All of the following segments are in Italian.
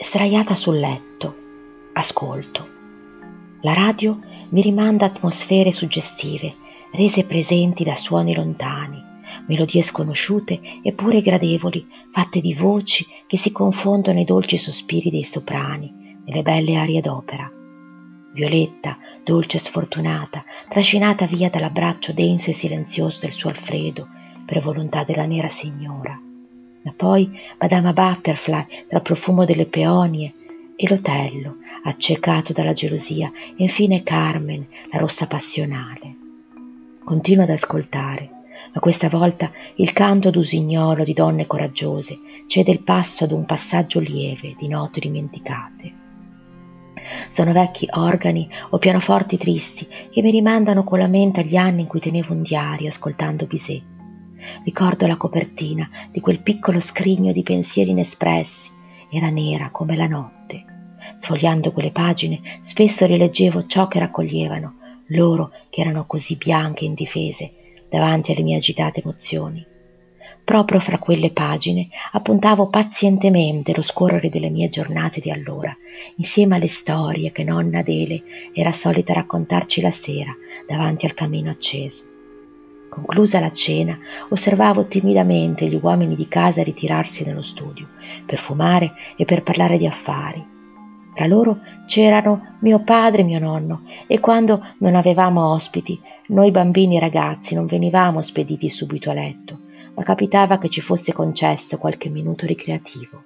Sdraiata sul letto, ascolto. La radio mi rimanda atmosfere suggestive, rese presenti da suoni lontani, melodie sconosciute eppure gradevoli, fatte di voci che si confondono ai dolci sospiri dei soprani, nelle belle arie d'opera. Violetta, dolce e sfortunata, trascinata via dall'abbraccio denso e silenzioso del suo Alfredo, per volontà della nera signora. Ma poi Madama Butterfly tra il profumo delle peonie e l'Otello, accecato dalla gelosia, e infine Carmen, la rossa passionale. Continuo ad ascoltare, ma questa volta il canto d'usignolo di donne coraggiose cede il passo ad un passaggio lieve di note dimenticate. Sono vecchi organi o pianoforti tristi che mi rimandano con la mente agli anni in cui tenevo un diario ascoltando Bizet. Ricordo la copertina di quel piccolo scrigno di pensieri inespressi, era nera come la notte. Sfogliando quelle pagine spesso rileggevo ciò che raccoglievano, loro che erano così bianche e indifese davanti alle mie agitate emozioni. Proprio fra quelle pagine appuntavo pazientemente lo scorrere delle mie giornate di allora, insieme alle storie che nonna Adele era solita raccontarci la sera davanti al camino acceso. Conclusa la cena, osservavo timidamente gli uomini di casa ritirarsi nello studio, per fumare e per parlare di affari. Tra loro c'erano mio padre e mio nonno, e quando non avevamo ospiti, noi bambini e ragazzi non venivamo spediti subito a letto, ma capitava che ci fosse concesso qualche minuto ricreativo.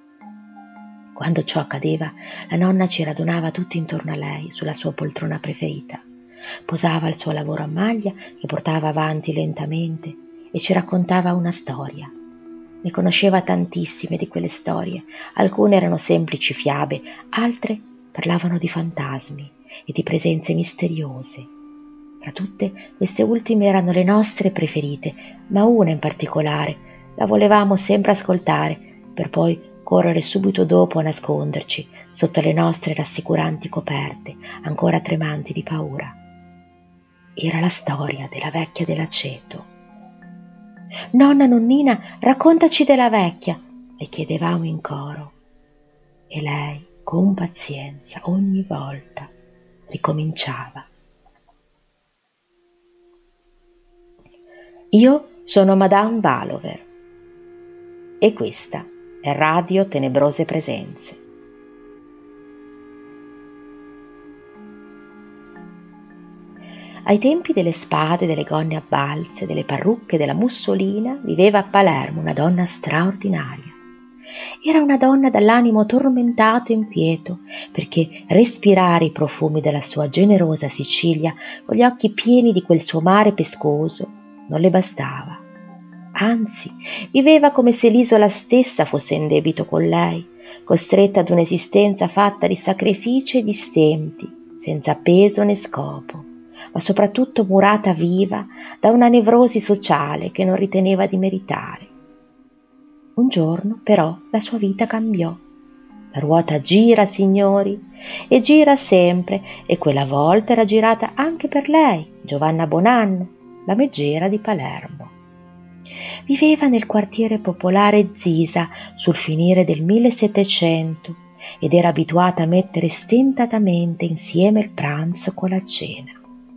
Quando ciò accadeva, la nonna ci radunava tutti intorno a lei, sulla sua poltrona preferita. Posava il suo lavoro a maglia, lo portava avanti lentamente e ci raccontava una storia. Ne conosceva tantissime di quelle storie, alcune erano semplici fiabe, altre parlavano di fantasmi e di presenze misteriose. Tra tutte, queste ultime erano le nostre preferite, ma una in particolare la volevamo sempre ascoltare, per poi correre subito dopo a nasconderci sotto le nostre rassicuranti coperte, ancora tremanti di paura. Era la storia della vecchia dell'aceto. «Nonna, nonnina, raccontaci della vecchia», le chiedevamo in coro. E lei, con pazienza, ogni volta ricominciava. Io sono Madame Valover e questa è Radio Tenebrose Presenze. Ai tempi delle spade, delle gonne a balze, delle parrucche, della mussolina, viveva a Palermo una donna straordinaria. Era una donna dall'animo tormentato e inquieto, perché respirare i profumi della sua generosa Sicilia, con gli occhi pieni di quel suo mare pescoso, non le bastava. Anzi, viveva come se l'isola stessa fosse in debito con lei, costretta ad un'esistenza fatta di sacrifici e di stenti, senza peso né scopo, ma soprattutto murata viva da una nevrosi sociale che non riteneva di meritare. Un giorno, però, la sua vita cambiò. La ruota gira, signori, e gira sempre, e quella volta era girata anche per lei, Giovanna Bonanno, la meggiera di Palermo. Viveva nel quartiere popolare Zisa sul finire del 1700 ed era abituata a mettere stentatamente insieme il pranzo con la cena.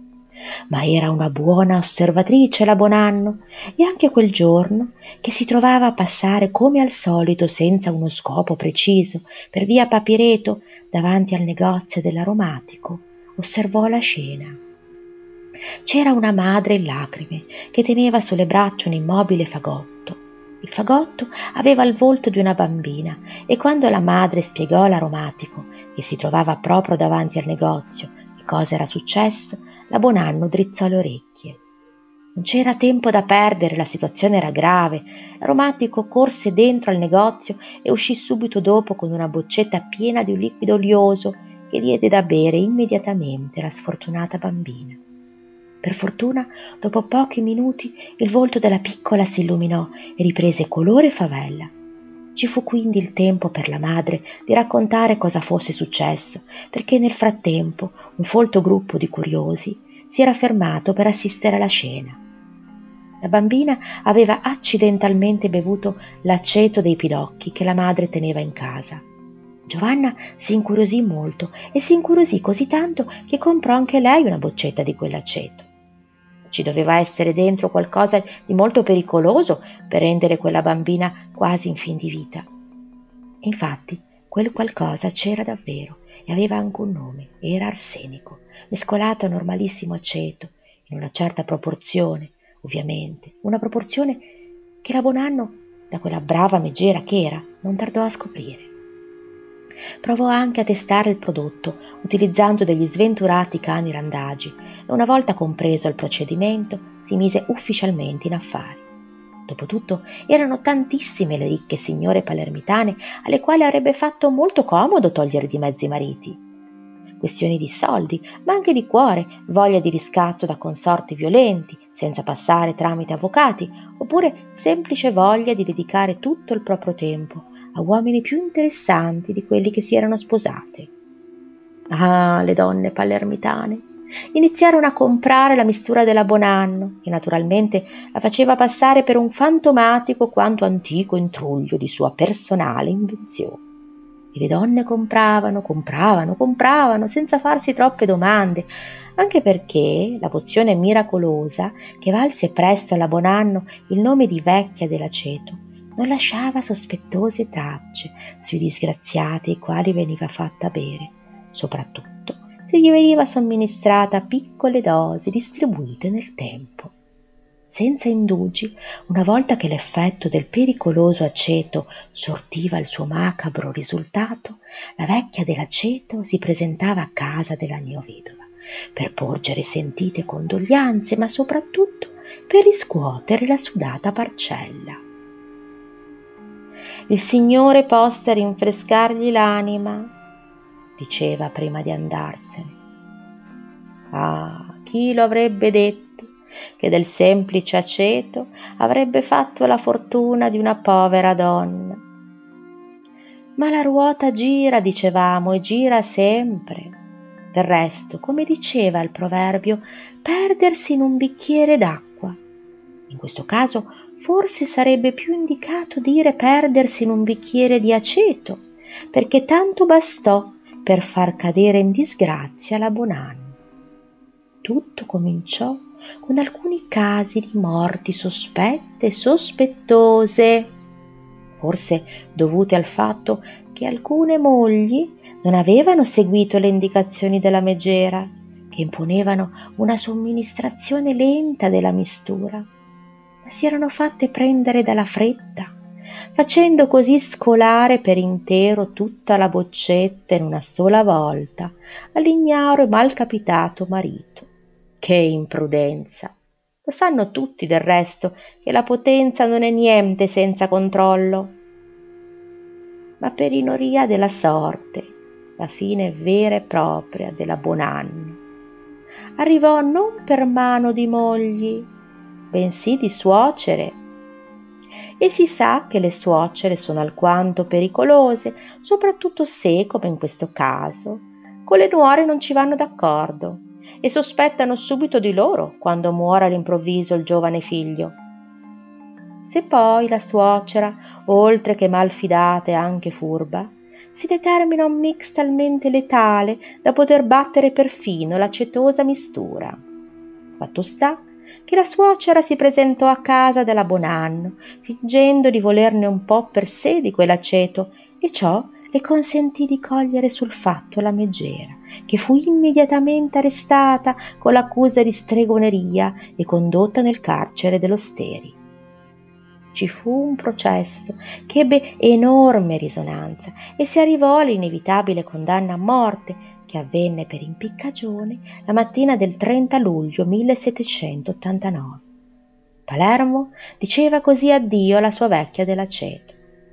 Ma era una buona osservatrice la Bonanno, e anche quel giorno, che si trovava a passare come al solito senza uno scopo preciso per via Papireto davanti al negozio dell'aromatico, osservò la scena. C'era una madre in lacrime che teneva sulle braccia un immobile fagotto. Il fagotto aveva il volto di una bambina, e quando la madre spiegò all'aromatico, che si trovava proprio davanti al negozio, che cosa era successo, la Bonanno drizzò le orecchie. Non c'era tempo da perdere, la situazione era grave. L'aromatico corse dentro al negozio e uscì subito dopo con una boccetta piena di un liquido olioso che diede da bere immediatamente alla sfortunata bambina. Per fortuna, dopo pochi minuti, il volto della piccola si illuminò e riprese colore favella. Ci fu quindi il tempo per la madre di raccontare cosa fosse successo, perché nel frattempo un folto gruppo di curiosi si era fermato per assistere alla scena. La bambina aveva accidentalmente bevuto l'aceto dei pidocchi che la madre teneva in casa. Giovanna si incuriosì molto e si incuriosì così tanto che comprò anche lei una boccetta di quell'aceto. Ci doveva essere dentro qualcosa di molto pericoloso per rendere quella bambina quasi in fin di vita. Infatti, quel qualcosa c'era davvero e aveva anche un nome, era arsenico, mescolato a normalissimo aceto, in una certa proporzione, ovviamente, una proporzione che la Bonanno, da quella brava megera che era, non tardò a scoprire. Provò anche a testare il prodotto, utilizzando degli sventurati cani randagi, e una volta compreso il procedimento, si mise ufficialmente in affari. Dopotutto erano tantissime le ricche signore palermitane alle quali avrebbe fatto molto comodo togliere di mezzo i mariti. Questioni di soldi, ma anche di cuore, voglia di riscatto da consorti violenti, senza passare tramite avvocati, oppure semplice voglia di dedicare tutto il proprio tempo a uomini più interessanti di quelli che si erano sposate. Ah, le donne palermitane! Iniziarono a comprare la mistura della Bonanno, che naturalmente la faceva passare per un fantomatico quanto antico intruglio di sua personale invenzione. E le donne compravano, senza farsi troppe domande, anche perché la pozione miracolosa, che valse presto alla Bonanno il nome di Vecchia dell'Aceto, non lasciava sospettose tracce sui disgraziati ai quali veniva fatta bere, soprattutto se gli veniva somministrata piccole dosi distribuite nel tempo. Senza indugi, una volta che l'effetto del pericoloso aceto sortiva il suo macabro risultato, la vecchia dell'aceto si presentava a casa della neovedova per porgere sentite condoglianze, ma soprattutto per riscuotere la sudata parcella. Il Signore possa rinfrescargli l'anima, diceva prima di andarsene. Ah, chi lo avrebbe detto che del semplice aceto avrebbe fatto la fortuna di una povera donna? Ma la ruota gira, dicevamo, e gira sempre. Del resto, come diceva il proverbio, perdersi in un bicchiere d'acqua. In questo caso forse sarebbe più indicato dire perdersi in un bicchiere di aceto, perché tanto bastò per far cadere in disgrazia la Bonanno. Tutto cominciò con alcuni casi di morti sospette e sospettose, forse dovute al fatto che alcune mogli non avevano seguito le indicazioni della megera, che imponevano una somministrazione lenta della mistura, ma si erano fatte prendere dalla fretta, facendo così scolare per intero tutta la boccetta in una sola volta all'ignaro e malcapitato marito. Che imprudenza! Lo sanno tutti del resto che la potenza non è niente senza controllo. Ma per ironia della sorte, la fine vera e propria della Bonanno arrivò non per mano di mogli, bensì di suocere. E si sa che le suocere sono alquanto pericolose, soprattutto se, come in questo caso, con le nuore non ci vanno d'accordo e sospettano subito di loro quando muore all'improvviso il giovane figlio. Se poi la suocera, oltre che malfidata e anche furba, si determina un mix talmente letale da poter battere perfino l'acetosa mistura. Fatto sta che la suocera si presentò a casa della Bonanno, fingendo di volerne un po' per sé di quell'aceto, e ciò le consentì di cogliere sul fatto la megera, che fu immediatamente arrestata con l'accusa di stregoneria e condotta nel carcere dell'Osteri. Ci fu un processo che ebbe enorme risonanza e si arrivò all'inevitabile condanna a morte, che avvenne per impiccagione la mattina del 30 luglio 1789. Palermo diceva così addio alla sua vecchia dell'aceto.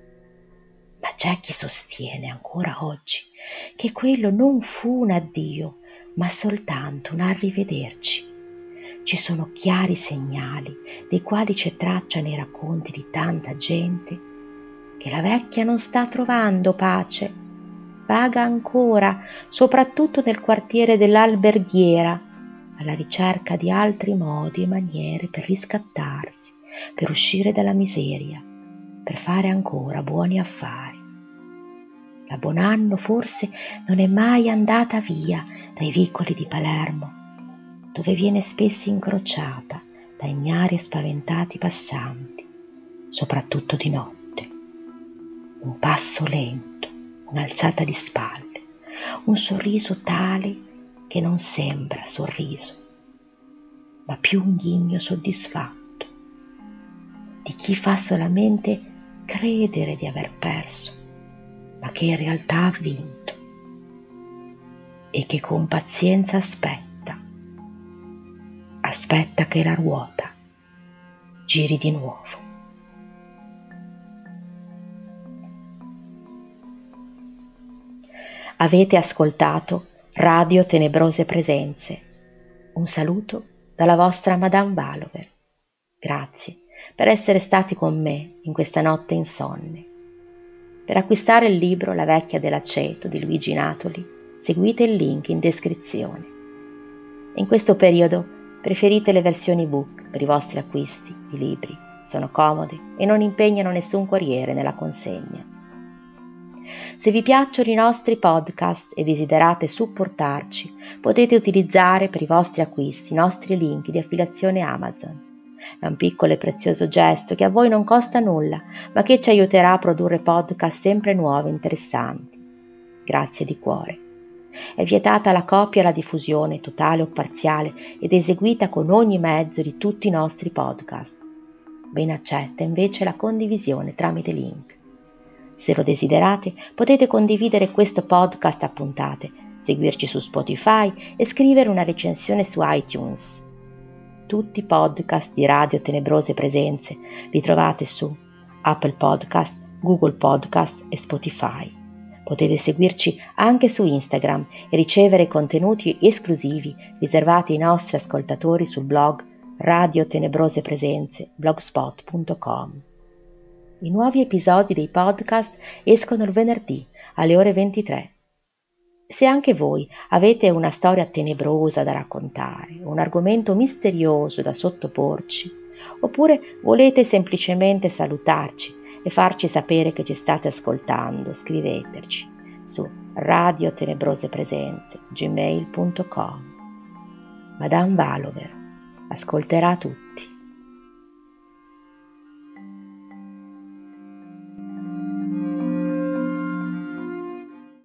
Ma c'è chi sostiene ancora oggi che quello non fu un addio, ma soltanto un arrivederci. Ci sono chiari segnali, dei quali c'è traccia nei racconti di tanta gente, che la vecchia non sta trovando pace. Vaga ancora, soprattutto nel quartiere dell'Alberghiera, alla ricerca di altri modi e maniere per riscattarsi, per uscire dalla miseria, per fare ancora buoni affari. La Bonanno forse non è mai andata via dai vicoli di Palermo, dove viene spesso incrociata da ignari e spaventati passanti, soprattutto di notte. Un passo lento, un'alzata di spalle, un sorriso tale che non sembra sorriso, ma più un ghigno soddisfatto di chi fa solamente credere di aver perso, ma che in realtà ha vinto e che con pazienza aspetta che la ruota giri di nuovo. Avete ascoltato Radio Tenebrose Presenze. Un saluto dalla vostra Madame Valover. Grazie per essere stati con me in questa notte insonne. Per acquistare il libro La vecchia dell'aceto di Luigi Natoli, seguite il link in descrizione. In questo periodo preferite le versioni ebook per i vostri acquisti di libri. Sono comodi e non impegnano nessun corriere nella consegna. Se vi piacciono i nostri podcast e desiderate supportarci, potete utilizzare per i vostri acquisti i nostri link di affiliazione Amazon. È un piccolo e prezioso gesto che a voi non costa nulla, ma che ci aiuterà a produrre podcast sempre nuovi e interessanti. Grazie di cuore. È vietata la copia e la diffusione, totale o parziale, ed eseguita con ogni mezzo di tutti i nostri podcast. Ben accetta invece la condivisione tramite link. Se lo desiderate, potete condividere questo podcast a puntate, seguirci su Spotify e scrivere una recensione su iTunes. Tutti i podcast di Radio Tenebrose Presenze li trovate su Apple Podcast, Google Podcast e Spotify. Potete seguirci anche su Instagram e ricevere contenuti esclusivi riservati ai nostri ascoltatori sul blog Radio Tenebrose Presenze blogspot.com. I nuovi episodi dei podcast escono il venerdì alle ore 23. Se anche voi avete una storia tenebrosa da raccontare, un argomento misterioso da sottoporci, oppure volete semplicemente salutarci e farci sapere che ci state ascoltando, scriveteci su radiotenebrosepresenze@gmail.com. Madame Valover ascolterà tutti.